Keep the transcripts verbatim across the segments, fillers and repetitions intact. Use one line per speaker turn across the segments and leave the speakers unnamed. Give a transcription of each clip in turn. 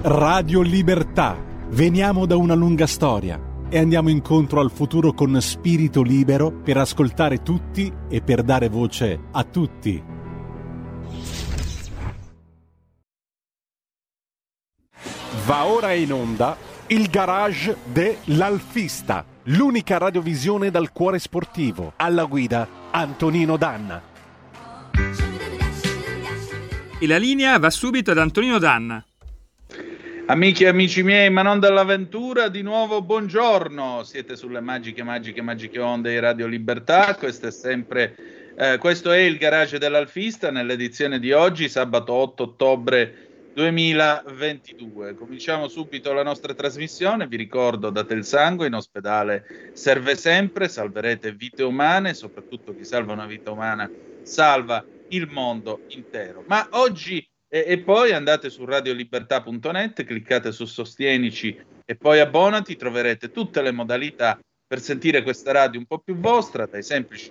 Radio Libertà. Veniamo da una lunga storia e andiamo incontro al futuro con spirito libero per ascoltare tutti e per dare voce a tutti. Va ora in onda il garage dell'Alfista, l'unica radiovisione dal cuore sportivo. Alla guida Antonino Danna.
E la linea va subito ad Antonino Danna.
Amici e amici miei, ma non dall'avventura, di nuovo buongiorno. Siete sulle magiche, magiche, magiche onde di Radio Libertà. Questo è sempre, eh, questo è il garage dell'Alfista nell'edizione di oggi, sabato otto ottobre duemilaventidue. Cominciamo subito la nostra trasmissione. Vi ricordo, date il sangue, in ospedale serve sempre, salverete vite umane, soprattutto chi salva una vita umana salva il mondo intero. Ma oggi E, e poi andate su radiolibertà punto net, cliccate su Sostienici e poi abbonati, troverete tutte le modalità per sentire questa radio un po' più vostra, dai semplici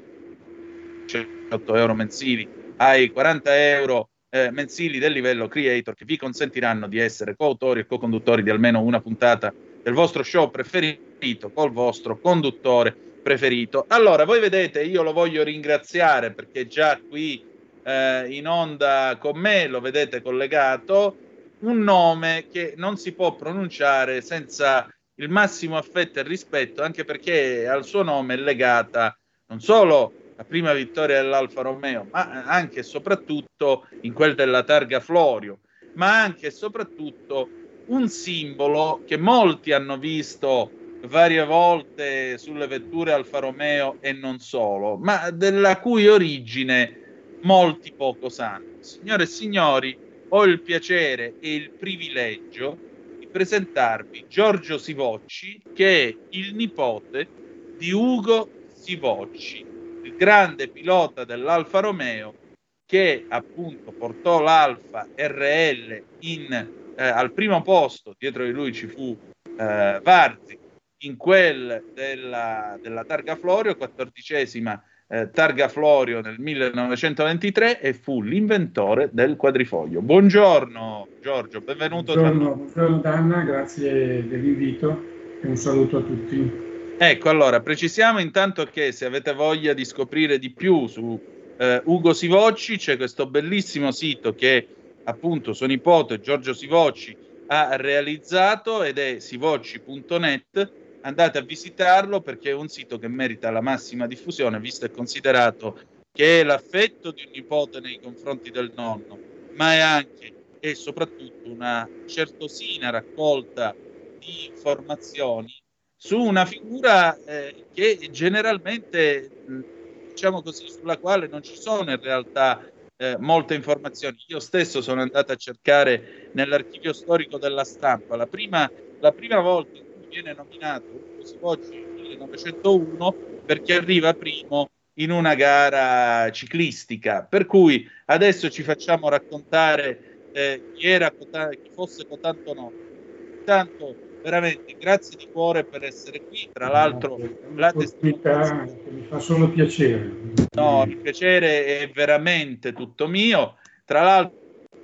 otto euro mensili ai quaranta euro eh, mensili del livello creator, che vi consentiranno di essere coautori e co-conduttori di almeno una puntata del vostro show preferito col vostro conduttore preferito. Allora, voi vedete, io lo voglio ringraziare perché già qui Eh, in onda con me, lo vedete collegato, un nome che non si può pronunciare senza il massimo affetto e rispetto, anche perché al suo nome è legata non solo la prima vittoria dell'Alfa Romeo, ma anche e soprattutto in quel della Targa Florio, ma anche e soprattutto un simbolo che molti hanno visto varie volte sulle vetture Alfa Romeo e non solo, ma della cui origine molti poco sanno. Signore e signori, ho il piacere e il privilegio di presentarvi Giorgio Sivocci, che è il nipote di Ugo Sivocci, il grande pilota dell'Alfa Romeo che appunto portò l'Alfa R L in, eh, al primo posto. Dietro di lui ci fu eh, Varzi in quel della, della Targa Florio, quattordicesima Eh, Targa Florio nel millenovecentoventitré, e fu l'inventore del quadrifoglio. Buongiorno Giorgio, benvenuto.
Buongiorno, buongiorno Danna, grazie dell'invito e un saluto a tutti.
Ecco, allora, precisiamo intanto che se avete voglia di scoprire di più su eh, Ugo Sivocci, c'è questo bellissimo sito che appunto suo nipote Giorgio Sivocci ha realizzato ed è sivocci punto net. Andate a visitarlo perché è un sito che merita la massima diffusione, visto e considerato che è l'affetto di un nipote nei confronti del nonno, ma è anche e soprattutto una certosina raccolta di informazioni su una figura eh, che generalmente, diciamo così, sulla quale non ci sono in realtà eh, molte informazioni. Io stesso sono andato a cercare nell'archivio storico della Stampa la prima, la prima volta viene nominato Ugo Sivocci nel millenovecentouno perché arriva primo in una gara ciclistica, per cui adesso ci facciamo raccontare eh, chi era chi fosse Cotanto no. Intanto veramente grazie di cuore per essere qui, tra l'altro la
testimonianza mi fa solo piacere.
No, il piacere è veramente tutto mio. Tra l'altro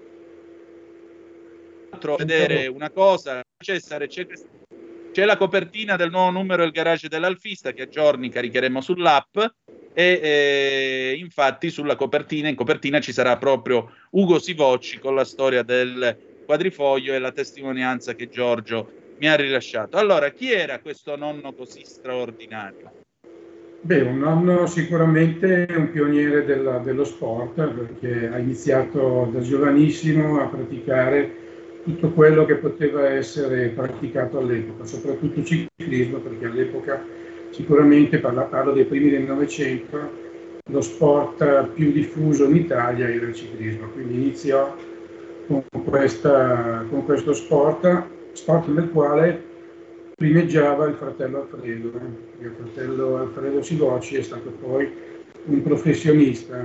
vedere una cosa, Cesare, c'è C'è la copertina del nuovo numero del garage dell'Alfista che a giorni caricheremo sull'app e eh, infatti sulla copertina, in copertina ci sarà proprio Ugo Sivocci con la storia del quadrifoglio e la testimonianza che Giorgio mi ha rilasciato. Allora, chi era questo nonno così straordinario?
Beh, un nonno sicuramente un pioniere della, dello sport, perché ha iniziato da giovanissimo a praticare tutto quello che poteva essere praticato all'epoca, soprattutto ciclismo, perché all'epoca sicuramente, parlo, parlo dei primi del Novecento, lo sport più diffuso in Italia era il ciclismo, quindi iniziò con, questa, con questo sport, sport nel quale primeggiava il fratello Alfredo. Eh. Il fratello Alfredo Sivocci è stato poi un professionista.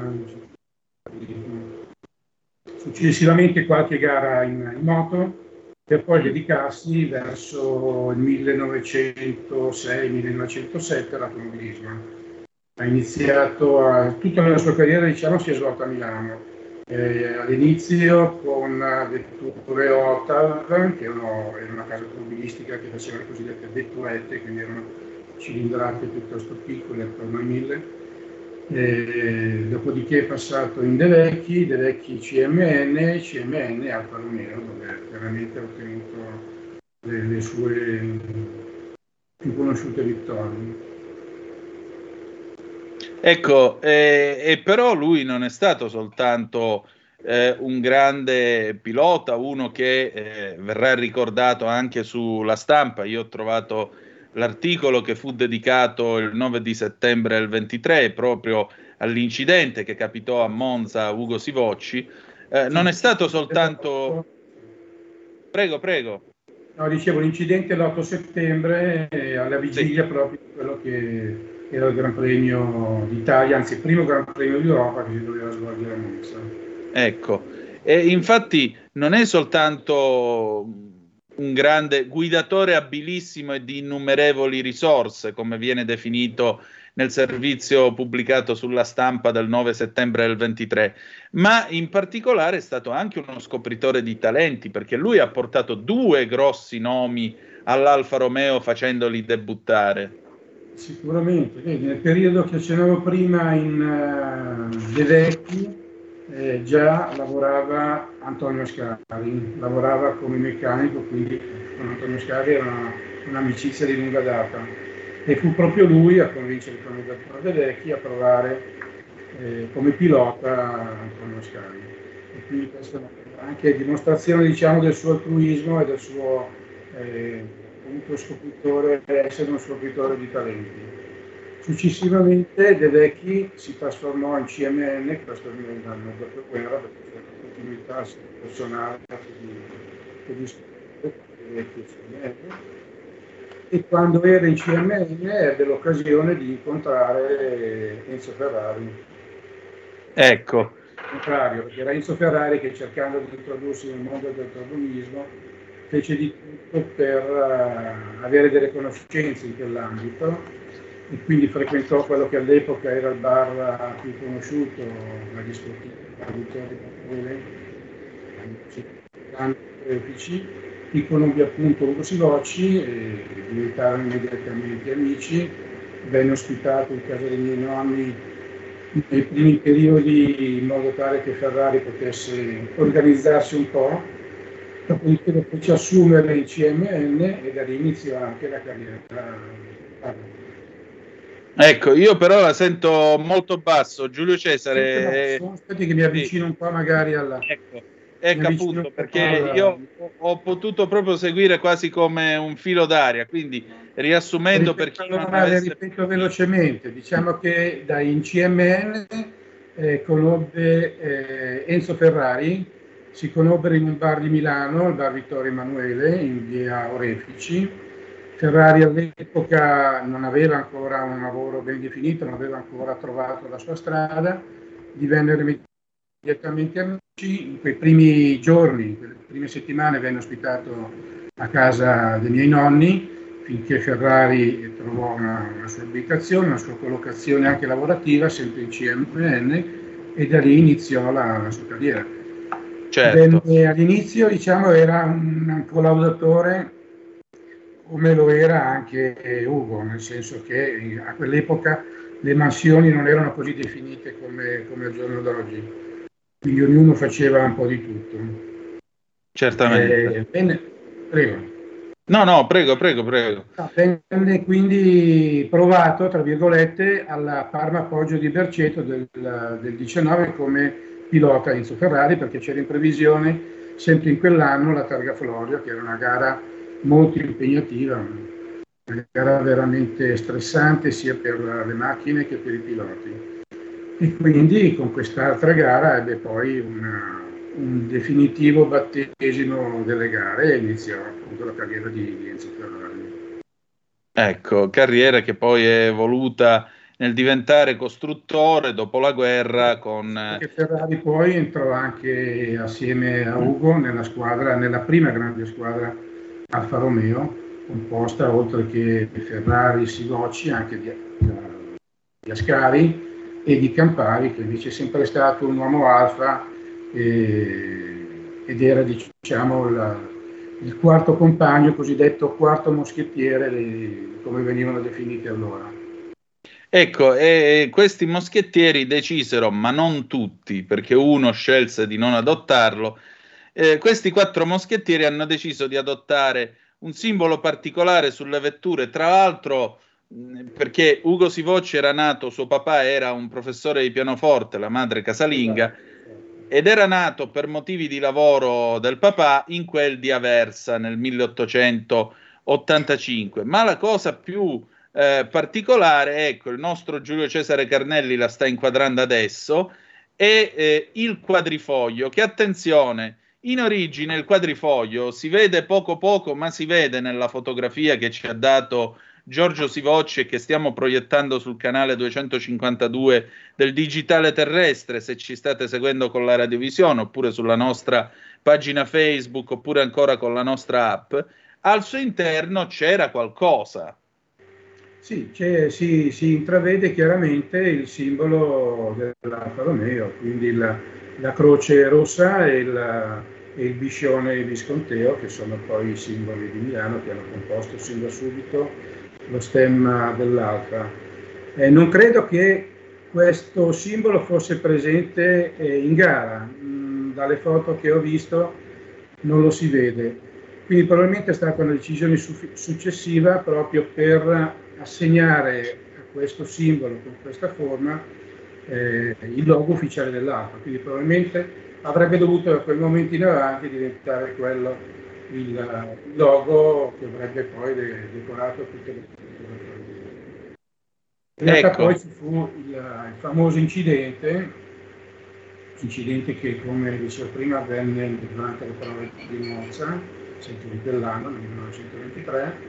Successivamente qualche gara in, in moto, per poi dedicarsi verso il millenovecentosei millenovecentosette all'automobilismo. Ha iniziato a, tutta la sua carriera, diciamo, si è svolta a Milano. Eh, all'inizio con vetture Otav, che erano, era una casa automobilistica che faceva le cosiddette vetturette, quindi erano cilindrate piuttosto piccole, attorno ai mille. Eh, dopodiché è passato in De Vecchi, De Vecchi C M N, C M N Alfa Romeo, dove veramente ha ottenuto le, le sue più conosciute vittorie.
Ecco, eh, e però lui non è stato soltanto eh, un grande pilota, uno che eh, verrà ricordato anche sulla stampa. Io ho trovato l'articolo che fu dedicato il nove di settembre del ventitré proprio all'incidente che capitò a Monza a Ugo Sivocci. Eh, non è stato soltanto... Prego, prego.
No, dicevo, l'incidente l'otto settembre, eh, alla vigilia sì. Proprio di quello che era il Gran Premio d'Italia, anzi il primo Gran Premio d'Europa che si doveva svolgere a Monza.
Ecco, e infatti non è soltanto un grande guidatore abilissimo e di innumerevoli risorse, come viene definito nel servizio pubblicato sulla stampa del nove settembre del ventitré, ma in particolare è stato anche uno scopritore di talenti, perché lui ha portato due grossi nomi all'Alfa Romeo facendoli debuttare.
Sicuramente, vedi, nel periodo che accennavo prima in uh, De Vecchi eh, già lavorava Antonio Scari, lavorava come meccanico, quindi con Antonio Scari era una, un'amicizia di lunga data e fu proprio lui a convincere il commendatore De Vecchi a provare eh, come pilota Antonio Scari. E quindi questa è anche dimostrazione, diciamo, del suo altruismo e del suo eh, comunque scopritore, essere uno scopritore di talenti. Successivamente De Vecchi si trasformò in C M N, questo nel dopoguerra, perché c'era una continuità personale che di scopritore C M N, e quando era in C M N ebbe l'occasione di incontrare Enzo Ferrari.
Ecco.
Al contrario, perché era Enzo Ferrari che, cercando di introdursi nel mondo del automobilismo, fece di tutto per uh, avere delle conoscenze in quell'ambito e quindi frequentò quello che all'epoca era il bar più conosciuto, la discoteca, la Vittorio di qui conobbe appunto Ugo Sivocci e diventarono immediatamente amici. Venne ospitato in casa dei miei nonni nei primi periodi in modo tale che Ferrari potesse organizzarsi un po'. Dopodiché lo fece assumere in C M N e da lì iniziò anche la carriera.
Ecco, io però la sento molto basso, Giulio Cesare.
Basso. Aspetti che mi avvicino un po' magari alla...
Ecco, ecco appunto, perché alla... io ho potuto proprio seguire quasi come un filo d'aria, quindi riassumendo
ripeto,
per chi
non
non avesse...
Ripeto velocemente, diciamo che da in C M N eh, conobbe eh, Enzo Ferrari. Si conobbero in un bar di Milano, il bar Vittorio Emanuele, in via Orefici. Ferrari all'epoca non aveva ancora un lavoro ben definito, non aveva ancora trovato la sua strada, divennero immediatamente amici. In quei primi giorni, in quelle prime settimane, venne ospitato a casa dei miei nonni, finché Ferrari trovò una, una sua abitazione, una sua collocazione anche lavorativa, sempre in C M N, e da lì iniziò la, la sua carriera.
Certo.
Venne, all'inizio, diciamo, era un collaudatore come lo era anche Ugo, nel senso che a quell'epoca le mansioni non erano così definite come, come al giorno d'oggi, quindi ognuno faceva un po' di tutto.
Certamente.
Eh, venne, prego.
No, no, prego, prego, prego.
Venne quindi provato, tra virgolette, alla Parma Poggio di Berceto del, del diciannove come pilota Enzo Ferrari, perché c'era in previsione sempre in quell'anno la Targa Florio, che era una gara molto impegnativa, una gara veramente stressante sia per le macchine che per i piloti. E quindi con quest'altra gara ebbe poi una, un definitivo battesimo delle gare e iniziò appunto la carriera di, di Enzo Ferrari.
Ecco, carriera che poi è evoluta nel diventare costruttore dopo la guerra con...
Perché Ferrari poi entrò anche assieme a Ugo nella squadra, nella prima grande squadra Alfa Romeo, composta oltre che Ferrari, Sivocci, anche di, di Ascari e di Campari, che invece è sempre stato un uomo Alfa e, ed era diciamo la, il quarto compagno, cosiddetto quarto moschettiere, le, come venivano definiti allora.
Ecco, e questi moschettieri decisero, ma non tutti, perché uno scelse di non adottarlo, eh, questi quattro moschettieri hanno deciso di adottare un simbolo particolare sulle vetture, tra l'altro mh, perché Ugo Sivocci era nato, suo papà era un professore di pianoforte, la madre casalinga, ed era nato per motivi di lavoro del papà in quel di Aversa nel milleottocentottantacinque. Ma la cosa più eh, particolare, ecco, il nostro Giulio Cesare Carnelli la sta inquadrando adesso, è eh, il quadrifoglio, che attenzione, in origine il quadrifoglio si vede poco poco, ma si vede nella fotografia che ci ha dato Giorgio Sivocci e che stiamo proiettando sul canale duecentocinquantadue del Digitale Terrestre, se ci state seguendo con la radiovisione, oppure sulla nostra pagina Facebook, oppure ancora con la nostra app. Al suo interno c'era qualcosa.
Sì, c'è, si, si intravede chiaramente il simbolo dell'Alfa Romeo, quindi la, la croce rossa e, la, e il biscione visconteo, che sono poi i simboli di Milano che hanno composto sin da subito lo stemma dell'Alfa. Eh, non credo che questo simbolo fosse presente eh, in gara, mh, dalle foto che ho visto non lo si vede, quindi probabilmente è stata una decisione su- successiva proprio per assegnare a questo simbolo con questa forma eh, il logo ufficiale dell'Alfa, quindi probabilmente avrebbe dovuto da quel momento in avanti diventare quello il logo che avrebbe poi de- decorato tutte le fotografie. In realtà
Ecco.
poi ci fu il, il famoso incidente, incidente che come dicevo prima avvenne durante le prove di Monza, sempre di quell'anno, nel millenovecentoventitré,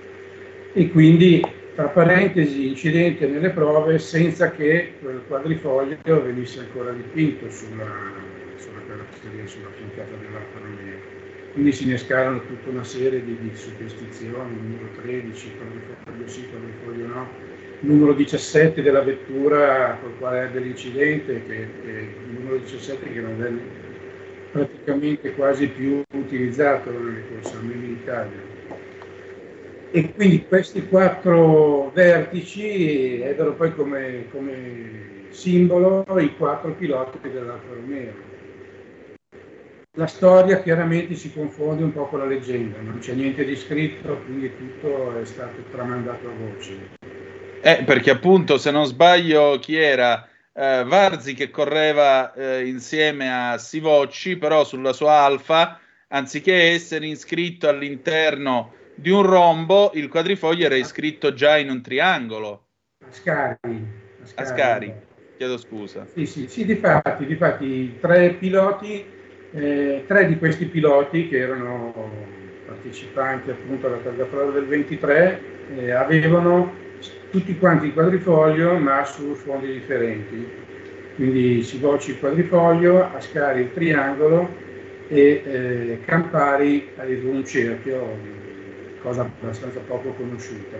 e quindi, tra parentesi, incidente nelle prove senza che quel quadrifoglio venisse ancora dipinto sulla, sulla carrozzeria, sulla fiancata dell'Alfa Romeo. Quindi si innescarono tutta una serie di, di superstizioni, numero tredici, quadrifoglio sì, quadrifoglio no, numero diciassette della vettura col quale ebbe l'incidente, che, che il numero diciassette che non venne praticamente quasi più utilizzato nelle corse, almeno in Italia. E quindi questi quattro vertici ebbero poi come, come simbolo i quattro piloti dell'Alfa Romeo. La storia chiaramente si confonde un po' con la leggenda, non c'è niente di scritto, quindi tutto è stato tramandato a voce.
Eh, perché appunto, se non sbaglio, chi era? Eh, Varzi che correva eh, insieme a Sivocci, però sulla sua Alfa, anziché essere iscritto all'interno di un rombo, il quadrifoglio era iscritto già in un triangolo.
Ascari.
Ascari, Ascari. Chiedo scusa.
Sì, sì, sì, difatti, difatti tre piloti, eh, tre di questi piloti che erano partecipanti appunto alla targa prova del ventitré, eh, avevano tutti quanti il quadrifoglio ma su sfondi differenti. Quindi Sivocci il quadrifoglio, Ascari il triangolo e eh, Campari aveva un cerchio, cosa abbastanza poco conosciuta.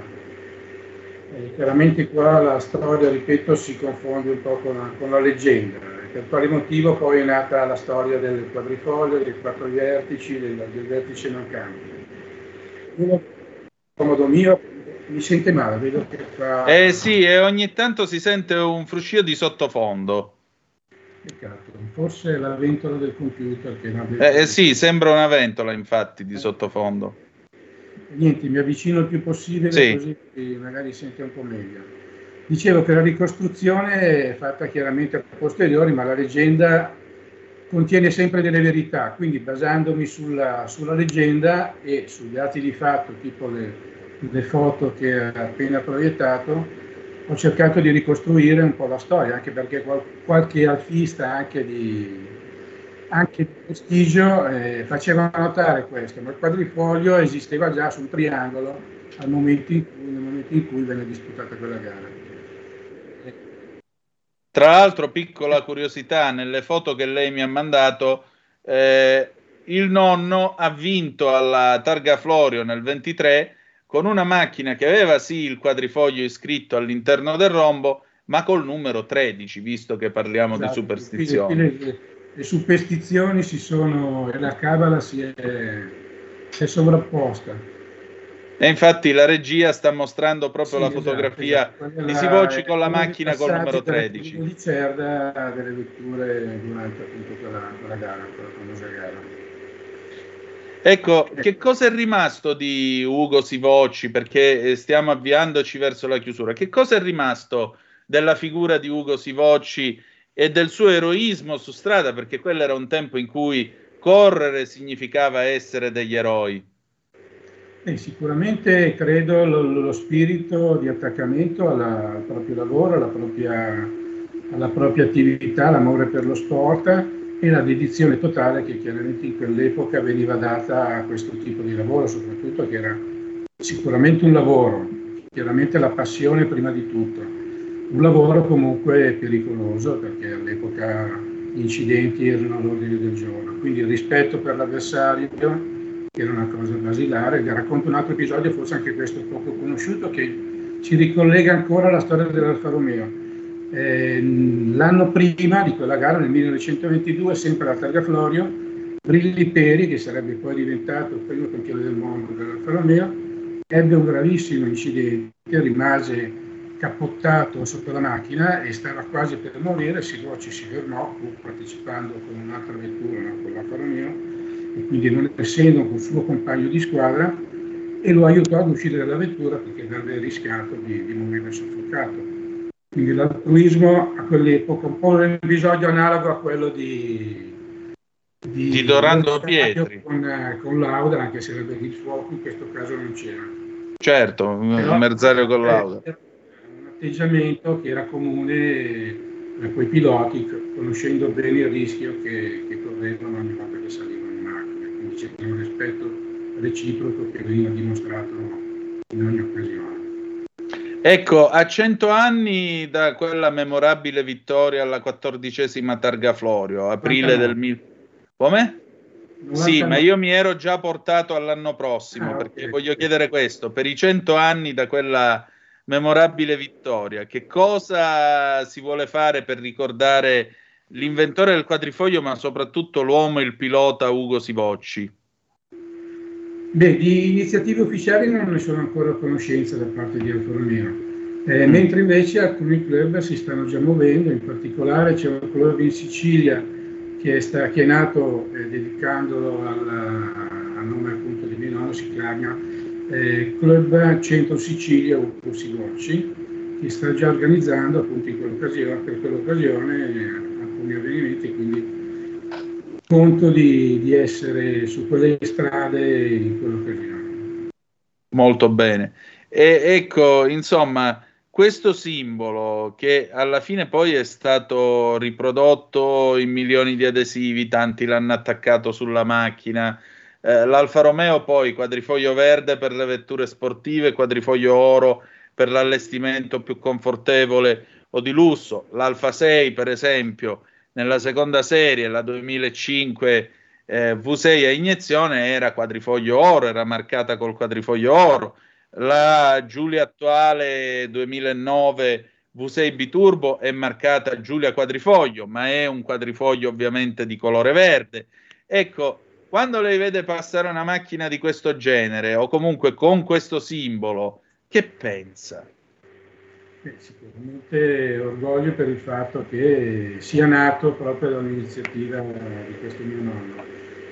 Eh, chiaramente qua la storia, ripeto, si confonde un po' con la, con la leggenda, per quale motivo poi è nata la storia del quadrifoglio, dei quattro vertici, del, del vertice mancante. Uno, comodo mio, mi sente male, vedo che fa...
Eh sì, e ogni tanto si sente un fruscio di sottofondo.
Peccato, forse è la ventola del computer che non
eh, eh sì, sembra una ventola infatti di sottofondo.
Niente, mi avvicino il più possibile, sì, così magari sente un po' meglio. Dicevo che la ricostruzione è fatta chiaramente a posteriori, ma la leggenda contiene sempre delle verità, quindi basandomi sulla, sulla leggenda e sugli atti di fatto, tipo le, le foto che ha appena proiettato, ho cercato di ricostruire un po' la storia, anche perché qual, qualche alfista anche di, anche di prestigio eh, faceva notare questo, ma il quadrifoglio esisteva già sul triangolo al momento in cui, nel momento in cui venne disputata quella gara.
Tra l'altro, piccola curiosità, nelle foto che lei mi ha mandato, eh, il nonno ha vinto alla Targa Florio nel ventitré con una macchina che aveva sì il quadrifoglio iscritto all'interno del rombo, ma col numero tredici, visto che parliamo esatto, di superstizioni.
Quindi, le superstizioni si sono, e la cabala si è, si è sovrapposta.
E infatti la regia sta mostrando proprio
Sì,
la
esatto,
fotografia
esatto.
di
La-
Sivocci con la
uno dei
macchina col
passaggi
numero
della
tredici.
Figlia di Cerda delle vetture durante appunto quella, quella gara, quella famosa gara.
Ecco, che cosa è rimasto di Ugo Sivocci? Perché stiamo avviandoci verso la chiusura. Che cosa è rimasto della figura di Ugo Sivocci e del suo eroismo su strada? Perché quello era un tempo in cui correre significava essere degli eroi.
E sicuramente credo lo, lo spirito di attaccamento alla- al proprio lavoro, alla propria, alla propria attività, l'amore per lo sport e la dedizione totale che chiaramente in quell'epoca veniva data a questo tipo di lavoro, soprattutto che era sicuramente un lavoro, chiaramente la passione prima di tutto, un lavoro comunque pericoloso perché all'epoca gli incidenti erano all'ordine del giorno, quindi il rispetto per l'avversario che era una cosa basilare. Vi racconto un altro episodio, forse anche questo poco conosciuto, che ci ricollega ancora alla storia dell'Alfa Romeo. Eh, l'anno prima di quella gara, nel millenovecentoventidue, sempre alla Targa Florio, Brilli Peri, che sarebbe poi diventato il primo campione del mondo dell'Alfa Romeo, ebbe un gravissimo incidente, rimase cappottato sotto la macchina e stava quasi per morire. Sivocci si fermò, pur partecipando con un'altra vettura, no, con l'Alfa Romeo, e quindi non essendo un suo compagno di squadra, e lo aiutò ad uscire dalla vettura perché avrebbe rischiato di, di morire soffocato. Quindi l'altruismo a quell'epoca, un po' un episodio analogo a quello di, di,
Di Dorando Pietri.
Con, con Lauda, anche se avrebbe il fuoco in questo caso non c'era.
Certo, un Merzario con Lauda.
Era un atteggiamento che era comune per quei piloti, conoscendo bene il rischio che, che correvano ogni volta che salivano in macchina, quindi c'è un rispetto reciproco che veniva dimostrato in ogni occasione.
Ecco, a cento anni da quella memorabile vittoria alla quattordicesima Targa Florio, aprile del mille... Come? Sì, ma io mi ero già portato all'anno prossimo, ah, perché okay. Voglio chiedere questo, per i cento anni da quella memorabile vittoria, che cosa si vuole fare per ricordare l'inventore del quadrifoglio, ma soprattutto l'uomo e il pilota Ugo Sivocci?
Beh, di iniziative ufficiali non ne sono ancora a conoscenza da parte di Alfa Romeo, eh, mm. mentre invece alcuni club si stanno già muovendo, in particolare c'è un club in Sicilia che è, sta, che è nato eh, dedicandolo alla, a nome appunto di mio nonno, si chiama eh, Club Centro Sicilia Ugo Sivocci, che sta già organizzando appunto in quell'occasione, per quell'occasione eh, alcuni avvenimenti, quindi conto di, di essere su quelle strade in quell'occasione.
Molto bene. E ecco, insomma, questo simbolo che alla fine poi è stato riprodotto in milioni di adesivi, tanti l'hanno attaccato sulla macchina, eh, l'Alfa Romeo poi quadrifoglio verde per le vetture sportive, quadrifoglio oro per l'allestimento più confortevole o di lusso, l'Alfa sei per esempio nella seconda serie, la duemilacinque eh, V sei a iniezione era quadrifoglio oro, era marcata col quadrifoglio oro. La Giulia attuale duemilanove V sei biturbo è marcata Giulia quadrifoglio, ma è un quadrifoglio ovviamente di colore verde. Ecco, quando lei vede passare una macchina di questo genere o comunque con questo simbolo, che pensa?
Eh, sicuramente orgoglio per il fatto che sia nato proprio dall'iniziativa di questo mio nonno.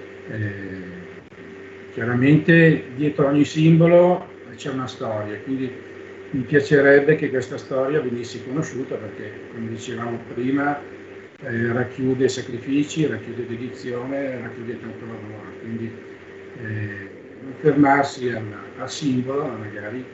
Eh, chiaramente dietro ogni simbolo c'è una storia, quindi mi piacerebbe che questa storia venisse conosciuta perché, come dicevamo prima, eh, racchiude sacrifici, racchiude dedizione, racchiude tanto lavoro, quindi eh, non fermarsi al, al simbolo, ma magari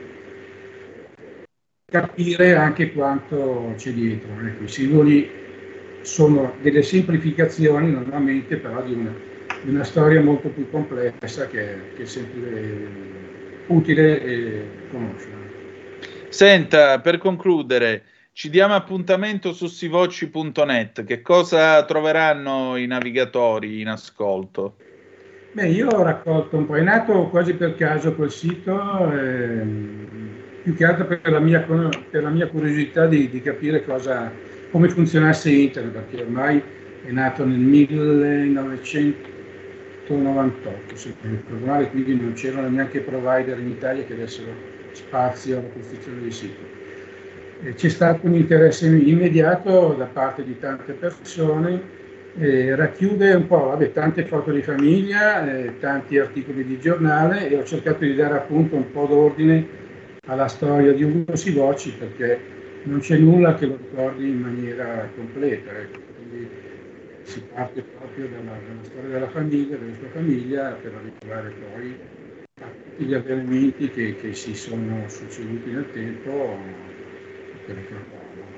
capire anche quanto c'è dietro. Ecco, i simboli sono delle semplificazioni normalmente, però di una, di una storia molto più complessa che, che è sempre utile e conoscere.
Senta, per concludere, ci diamo appuntamento su sivocci punto net. Che cosa troveranno i navigatori in ascolto?
Beh, io ho raccolto un po', è nato quasi per caso quel sito, eh, più che altro per la mia, per la mia curiosità di, di capire cosa, come funzionasse internet, perché ormai è nato nel millenovecentonovantotto, se non ricordo male, quindi non c'erano neanche provider in Italia che dessero spazio alla costruzione dei siti. E c'è stato un interesse immediato da parte di tante persone. Eh, racchiude un po', vabbè, tante foto di famiglia, eh, tanti articoli di giornale, e ho cercato di dare appunto un po' d'ordine alla storia di Ugo Sivoci, perché non c'è nulla che lo ricordi in maniera completa. Ecco. Quindi si parte proprio dalla, dalla storia della famiglia, della sua famiglia, per arrivare poi a tutti gli avvenimenti che, che si sono succeduti nel tempo. Per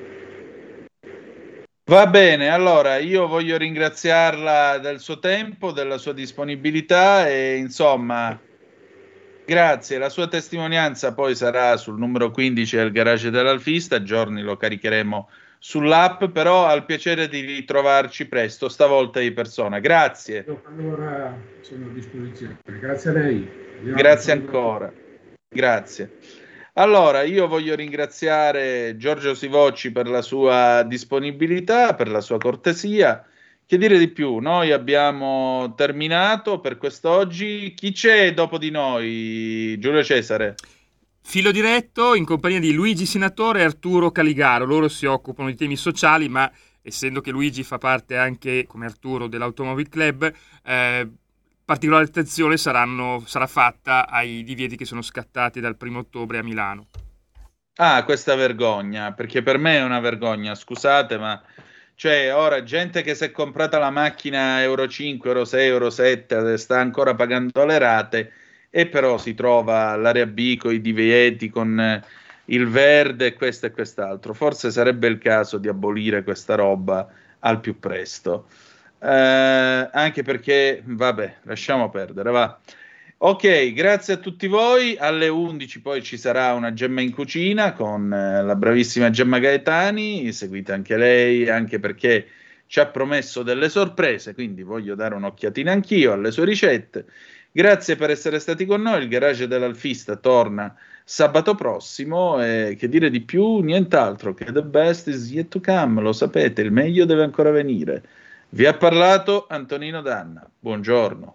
Va bene, allora io voglio ringraziarla del suo tempo, della sua disponibilità e insomma, grazie. La sua testimonianza poi sarà sul numero quindici del Garage dell'Alfista, giorni lo caricheremo sull'app, però al piacere di ritrovarci presto, stavolta di persona. Grazie.
Allora sono a disposizione. Grazie a lei.
Grazie ancora. Grazie. Allora, io voglio ringraziare Giorgio Sivoci per la sua disponibilità, per la sua cortesia. Che dire di più? Noi abbiamo terminato per quest'oggi. Chi c'è dopo di noi? Giulio Cesare.
Filo diretto in compagnia di Luigi Senatore e Arturo Caligaro. Loro si occupano di temi sociali, ma essendo che Luigi fa parte anche, come Arturo, dell'Automobile Club, eh, particolare attenzione saranno, sarà fatta ai divieti che sono scattati dal primo ottobre a Milano.
Ah, questa vergogna, perché per me è una vergogna, scusate, ma cioè ora gente che si è comprata la macchina Euro cinque, Euro sei, Euro sette sta ancora pagando le rate e però si trova all'area B con i divieti, con il verde e questo e quest'altro. Forse sarebbe il caso di abolire questa roba al più presto. Eh, anche perché, vabbè, lasciamo perdere, va. Ok, grazie a tutti voi. Alle undici poi ci sarà una Gemma in cucina con eh, la bravissima Gemma Gaetani. Seguite anche lei, anche perché ci ha promesso delle sorprese, quindi voglio dare un'occhiatina anch'io alle sue ricette. Grazie per essere stati con noi. Il Garage dell'Alfista torna sabato prossimo e che dire di più, nient'altro che the best is yet to come, lo sapete, il meglio deve ancora venire. Vi ha parlato Antonino Danna. Buongiorno.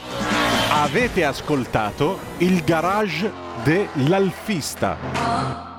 Avete ascoltato il Garage dell'Alfista.